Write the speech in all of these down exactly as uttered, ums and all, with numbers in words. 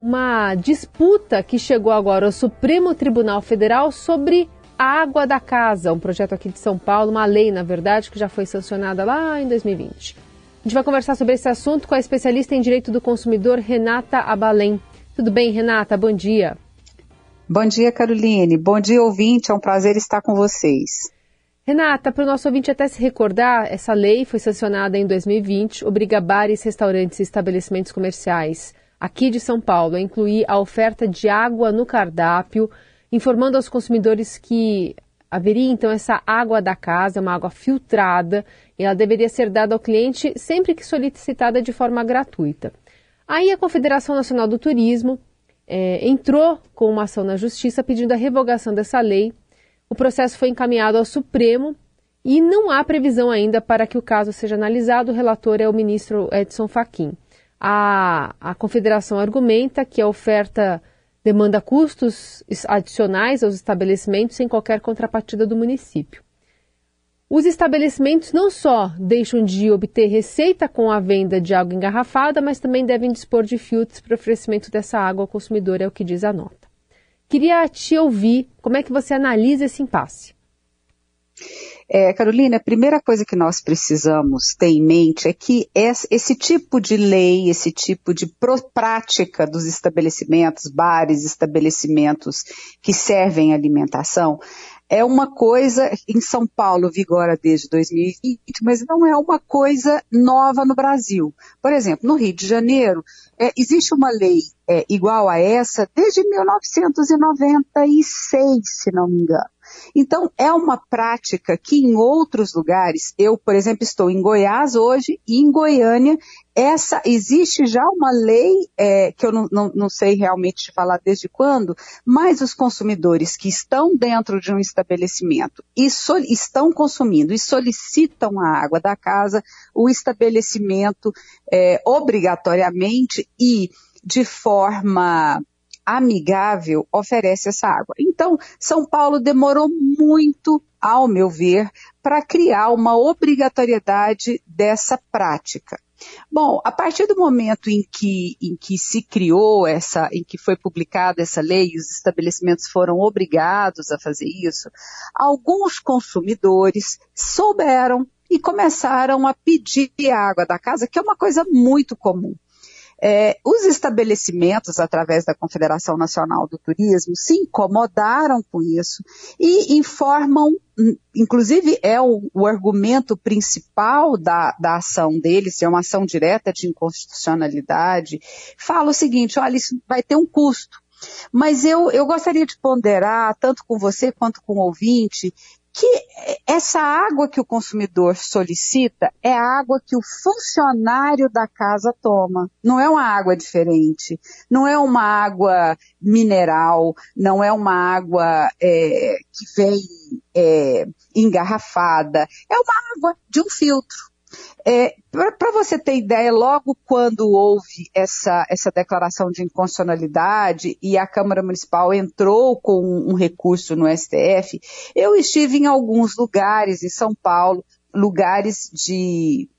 uma disputa que chegou agora ao Supremo Tribunal Federal sobre a água da casa, um projeto aqui de São Paulo, uma lei, na verdade, que já foi sancionada lá em dois mil e vinte. A gente vai conversar sobre esse assunto com a especialista em Direito do Consumidor, Renata Abalém. Tudo bem, Renata? Bom dia. Bom dia, Caroline. Bom dia, ouvinte. É um prazer estar com vocês. Renata, para o nosso ouvinte até se recordar, essa lei foi sancionada em dois mil e vinte, obriga bares, restaurantes e estabelecimentos comerciais aqui de São Paulo a incluir a oferta de água no cardápio, informando aos consumidores que haveria então essa água da casa, uma água filtrada, e ela deveria ser dada ao cliente sempre que solicitada de forma gratuita. Aí a Confederação Nacional do Turismo é, entrou com uma ação na Justiça pedindo a revogação dessa lei. O processo foi encaminhado ao Supremo e não há previsão ainda para que o caso seja analisado. O relator é o ministro Edson Fachin. A, a Confederação argumenta que a oferta demanda custos adicionais aos estabelecimentos sem qualquer contrapartida do município. Os estabelecimentos não só deixam de obter receita com a venda de água engarrafada, mas também devem dispor de filtros para oferecimento dessa água ao consumidor, é o que diz a nota. Queria te ouvir, como é que você analisa esse impasse? É, Carolina, a primeira coisa que nós precisamos ter em mente é que esse tipo de lei, esse tipo de prática dos estabelecimentos, bares, estabelecimentos que servem alimentação, é uma coisa, em São Paulo vigora desde dois mil e vinte, mas não é uma coisa nova no Brasil. Por exemplo, no Rio de Janeiro, é, existe uma lei é, igual a essa desde mil novecentos e noventa e seis, se não me engano. Então, é uma prática que em outros lugares, eu, por exemplo, estou em Goiás hoje, e em Goiânia, essa, existe já uma lei, é, que eu não, não, não sei realmente te falar desde quando, mas os consumidores que estão dentro de um estabelecimento e so, estão consumindo e solicitam a água da casa, o estabelecimento é, obrigatoriamente e de forma amigável oferece essa água. Então, São Paulo demorou muito, ao meu ver, para criar uma obrigatoriedade dessa prática. Bom, a partir do momento em que, em que se criou essa, em que foi publicada essa lei, os estabelecimentos foram obrigados a fazer isso, alguns consumidores souberam e começaram a pedir a água da casa, que é uma coisa muito comum. É, os estabelecimentos, através da Confederação Nacional do Turismo, se incomodaram com isso e informam, inclusive é o, o argumento principal da, da ação deles, é uma ação direta de inconstitucionalidade, fala o seguinte: olha, isso vai ter um custo, mas eu, eu gostaria de ponderar, tanto com você quanto com o ouvinte, que essa água que o consumidor solicita é a água que o funcionário da casa toma. Não é uma água diferente, não é uma água mineral, não é uma água é, que vem é, engarrafada, é uma água de um filtro. É, para você ter ideia, logo quando houve essa, essa declaração de inconstitucionalidade e a Câmara Municipal entrou com um, um recurso no S T F, eu estive em alguns lugares em São Paulo, lugares de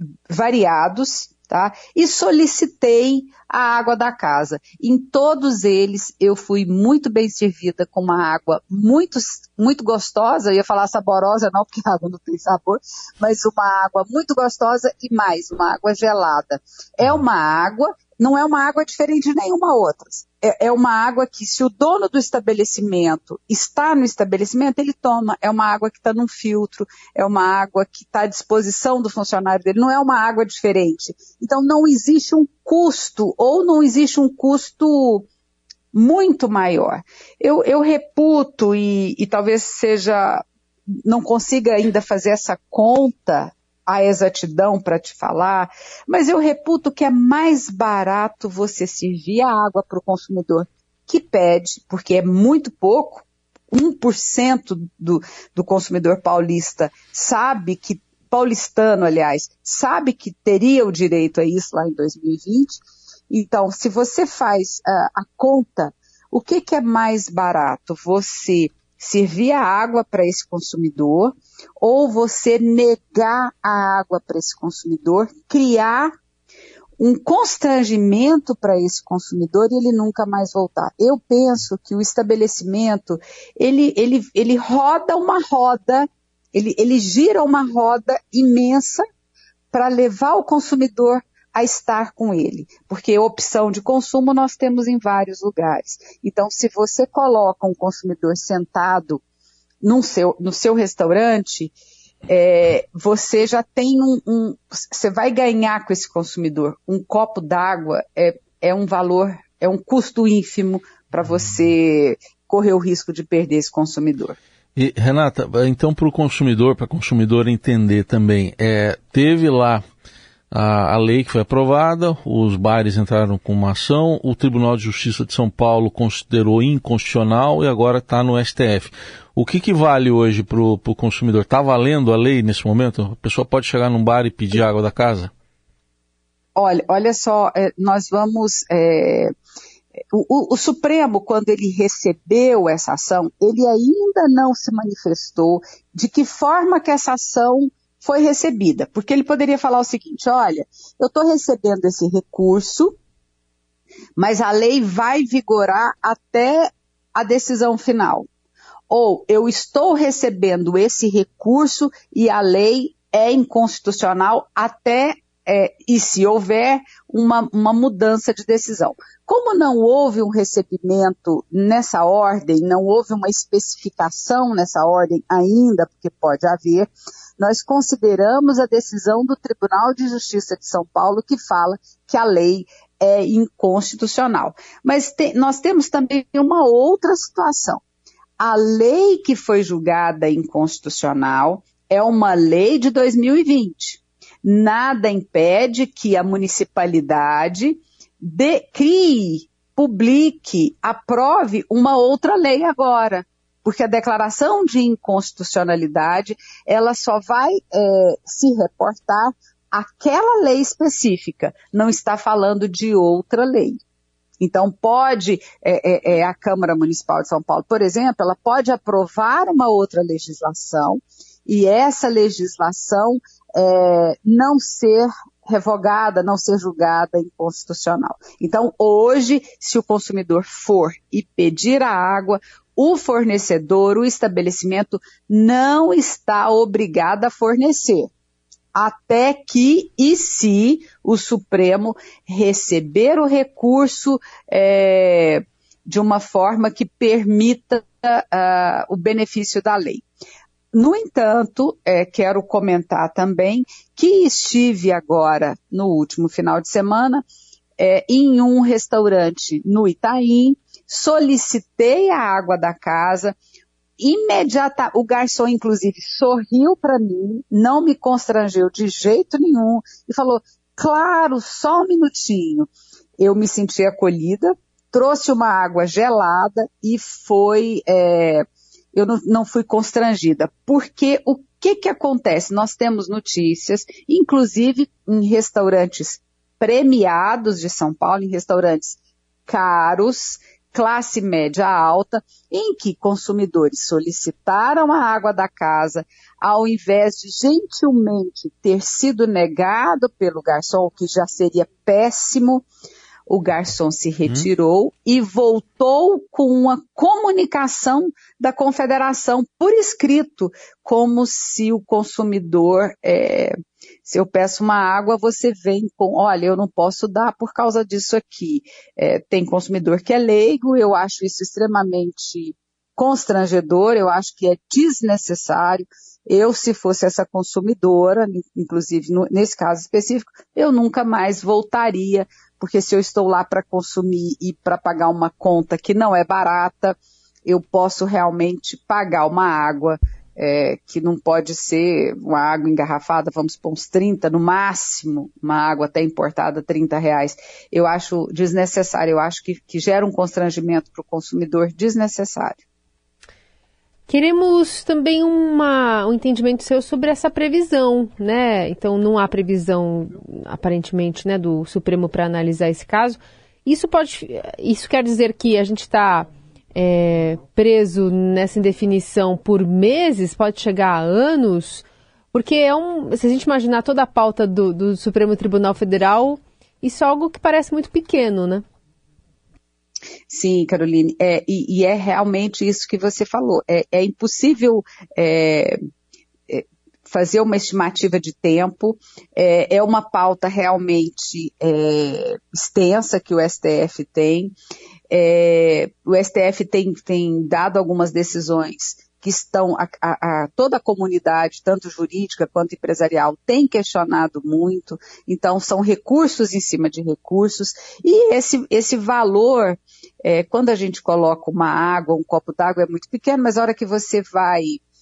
variados, tá? E solicitei a água da casa. Em todos eles eu fui muito bem servida com uma água muito, muito gostosa, eu ia falar saborosa não, porque a água não tem sabor, mas uma água muito gostosa e mais, uma água gelada. É uma água, não é uma água diferente de nenhuma outra. É, é uma água que, se o dono do estabelecimento está no estabelecimento, ele toma. É uma água que está num filtro, é uma água que está à disposição do funcionário dele, não é uma água diferente. Então não existe um custo, ou não existe um custo muito maior. Eu, eu reputo, e, e talvez seja, não consiga ainda fazer essa conta, a exatidão para te falar, mas eu reputo que é mais barato você servir a água para o consumidor que pede, porque é muito pouco, um por cento do, do consumidor paulista sabe que, paulistano aliás, sabe que teria o direito a isso lá em dois mil e vinte, então se você faz uh, a conta, o que, que é mais barato? Você servir a água para esse consumidor ou você negar a água para esse consumidor, criar um constrangimento para esse consumidor e ele nunca mais voltar. Eu penso que o estabelecimento, ele, ele, ele roda uma roda, ele, ele gira uma roda imensa para levar o consumidor a estar com ele, porque opção de consumo nós temos em vários lugares. Então, se você coloca um consumidor sentado num seu, no seu restaurante, é, você já tem um, um, você vai ganhar com esse consumidor. Um copo d'água é, é um valor, é um custo ínfimo para você correr o risco de perder esse consumidor. E, Renata, então para o consumidor, para o consumidor entender também, é, teve lá a, a lei que foi aprovada, os bares entraram com uma ação, o Tribunal de Justiça de São Paulo considerou inconstitucional e agora está no S T F. O que, que vale hoje para o consumidor? Está valendo a lei nesse momento? A pessoa pode chegar num bar e pedir água da casa? Olha, olha só, é, nós vamos... É... O, o, o Supremo, quando ele recebeu essa ação, ele ainda não se manifestou de que forma que essa ação foi recebida. Porque ele poderia falar o seguinte, olha, eu estou recebendo esse recurso, mas a lei vai vigorar até a decisão final. Ou eu estou recebendo esse recurso e a lei é inconstitucional até, é, e se houver uma, uma mudança de decisão. Como não houve um recebimento nessa ordem, não houve uma especificação nessa ordem ainda, porque pode haver, nós consideramos a decisão do Tribunal de Justiça de São Paulo que fala que a lei é inconstitucional. Mas te, nós temos também uma outra situação. A lei que foi julgada inconstitucional é uma lei de dois mil e vinte. Nada impede que a municipalidade de, crie, publique, aprove uma outra lei agora. Porque a declaração de inconstitucionalidade, ela só vai é, se reportar àquela lei específica, não está falando de outra lei. Então, pode, é, é, a Câmara Municipal de São Paulo, por exemplo, ela pode aprovar uma outra legislação e essa legislação é, não ser revogada, não ser julgada inconstitucional. Então, hoje, se o consumidor for e pedir a água, o fornecedor, o estabelecimento, não está obrigado a fornecer. Até que, e se o Supremo receber o recurso é, de uma forma que permita uh, o benefício da lei. No entanto, é, quero comentar também que estive agora, no último final de semana, é, em um restaurante no Itaim, solicitei a água da casa, imediata, o garçom inclusive sorriu para mim, não me constrangeu de jeito nenhum e falou, claro, só um minutinho. Eu me senti acolhida, trouxe uma água gelada e foi, é, eu não, não fui constrangida, porque o que que acontece? Nós temos notícias, inclusive em restaurantes premiados de São Paulo, em restaurantes caros, classe média alta, em que consumidores solicitaram a água da casa, ao invés de gentilmente ter sido negado pelo garçom, o que já seria péssimo, o garçom se retirou hum. e voltou com uma comunicação da confederação por escrito, como se o consumidor, é, se eu peço uma água, você vem com, olha, eu não posso dar por causa disso aqui. É, tem consumidor que é leigo, eu acho isso extremamente constrangedor, eu acho que é desnecessário. Eu, se fosse essa consumidora, inclusive no, nesse caso específico, eu nunca mais voltaria, porque se eu estou lá para consumir e para pagar uma conta que não é barata, eu posso realmente pagar uma água é, que não pode ser uma água engarrafada, vamos por uns trinta, no máximo, uma água até importada, trinta reais. Eu acho desnecessário, eu acho que, que gera um constrangimento para o consumidor desnecessário. Queremos também uma, um entendimento seu sobre essa previsão, né? Então, não há previsão, aparentemente, né, do Supremo para analisar esse caso. Isso pode, isso quer dizer que a gente está é, preso nessa indefinição por meses, pode chegar a anos? Porque é um, se a gente imaginar toda a pauta do, do Supremo Tribunal Federal, isso é algo que parece muito pequeno, né? Sim, Caroline, é, e, e é realmente isso que você falou. É, é impossível é, é, fazer uma estimativa de tempo, é, é uma pauta realmente é, extensa que o S T F tem. É, o S T F tem, tem dado algumas decisões que estão, a, a, a, toda a comunidade, tanto jurídica quanto empresarial, tem questionado muito, então são recursos em cima de recursos, e esse, esse valor, é, quando a gente coloca uma água, um copo d'água é muito pequeno, mas a hora que você vai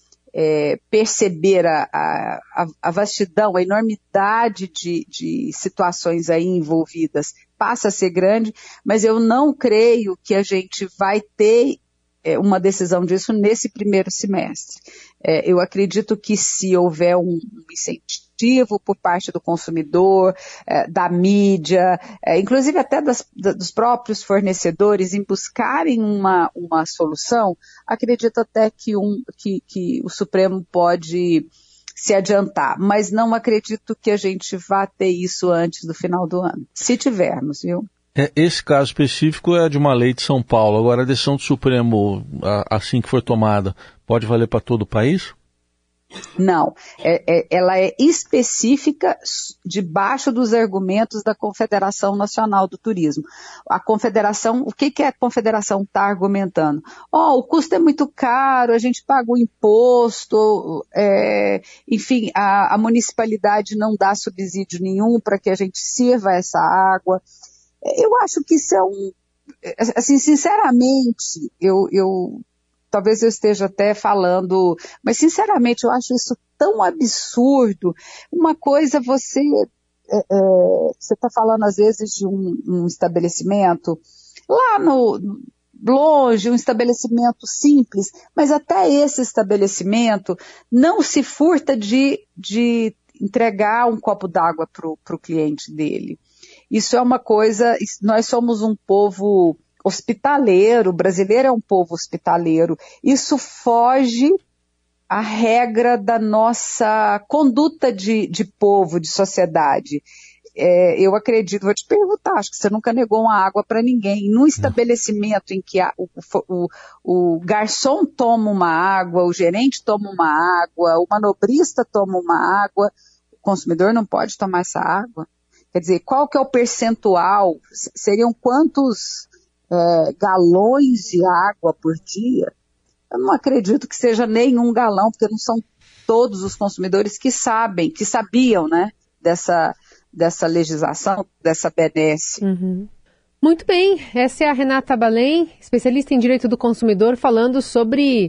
é, perceber a, a, a vastidão, a enormidade de, de situações aí envolvidas, passa a ser grande, mas eu não creio que a gente vai ter uma decisão disso nesse primeiro semestre. É, eu acredito que se houver um, um incentivo por parte do consumidor, é, da mídia, é, inclusive até das, da, dos próprios fornecedores em buscarem uma, uma solução, acredito até que, um, que, que o Supremo pode se adiantar, mas não acredito que a gente vá ter isso antes do final do ano, se tivermos, viu? Esse caso específico é de uma lei de São Paulo. Agora, a decisão do Supremo, assim que for tomada, pode valer para todo o país? Não, é, é, ela é específica debaixo dos argumentos da Confederação Nacional do Turismo. A Confederação, o que, que a Confederação está argumentando? Ó, oh, o custo é muito caro, a gente paga o imposto, é, enfim, a, a municipalidade não dá subsídio nenhum para que a gente sirva essa água. Eu acho que isso é um, assim, sinceramente, eu, eu, talvez eu esteja até falando, mas sinceramente eu acho isso tão absurdo. Uma coisa você, é, é, você está falando às vezes de um, um estabelecimento lá no, longe, um estabelecimento simples, mas até esse estabelecimento não se furta de, de entregar um copo d'água para o cliente dele. Isso é uma coisa, nós somos um povo hospitaleiro, o brasileiro é um povo hospitaleiro, isso foge à regra da nossa conduta de, de povo, de sociedade. É, eu acredito, vou te perguntar, acho que você nunca negou uma água para ninguém. Num estabelecimento em que a, o, o, o garçom toma uma água, o gerente toma uma água, o manobrista toma uma água, o consumidor não pode tomar essa água? Quer dizer, qual que é o percentual? Seriam quantos é, galões de água por dia? Eu não acredito que seja nenhum galão, porque não são todos os consumidores que sabem, que sabiam, né, dessa, dessa legislação, dessa benesse. Uhum. Muito bem, essa é a Renata Balém, especialista em direito do consumidor, falando sobre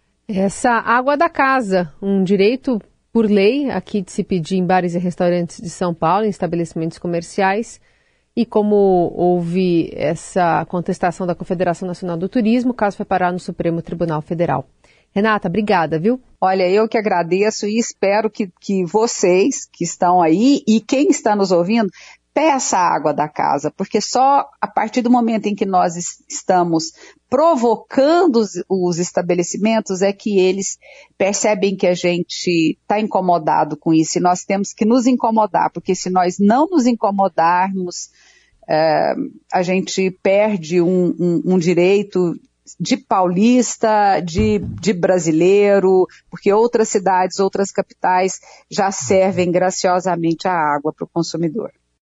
essa água da casa, um direito por lei, aqui de se pedir em bares e restaurantes de São Paulo, em estabelecimentos comerciais, e como houve essa contestação da Confederação Nacional do Turismo, o caso foi parar no Supremo Tribunal Federal. Renata, obrigada, viu? Olha, eu que agradeço e espero que, que vocês que estão aí e quem está nos ouvindo, peça a água da casa, porque só a partir do momento em que nós estamos provocando os, os estabelecimentos é que eles percebem que a gente está incomodado com isso e nós temos que nos incomodar, porque se nós não nos incomodarmos, é, a gente perde um, um, um direito de paulista, de, de brasileiro, porque outras cidades, outras capitais já servem graciosamente a água para o consumidor.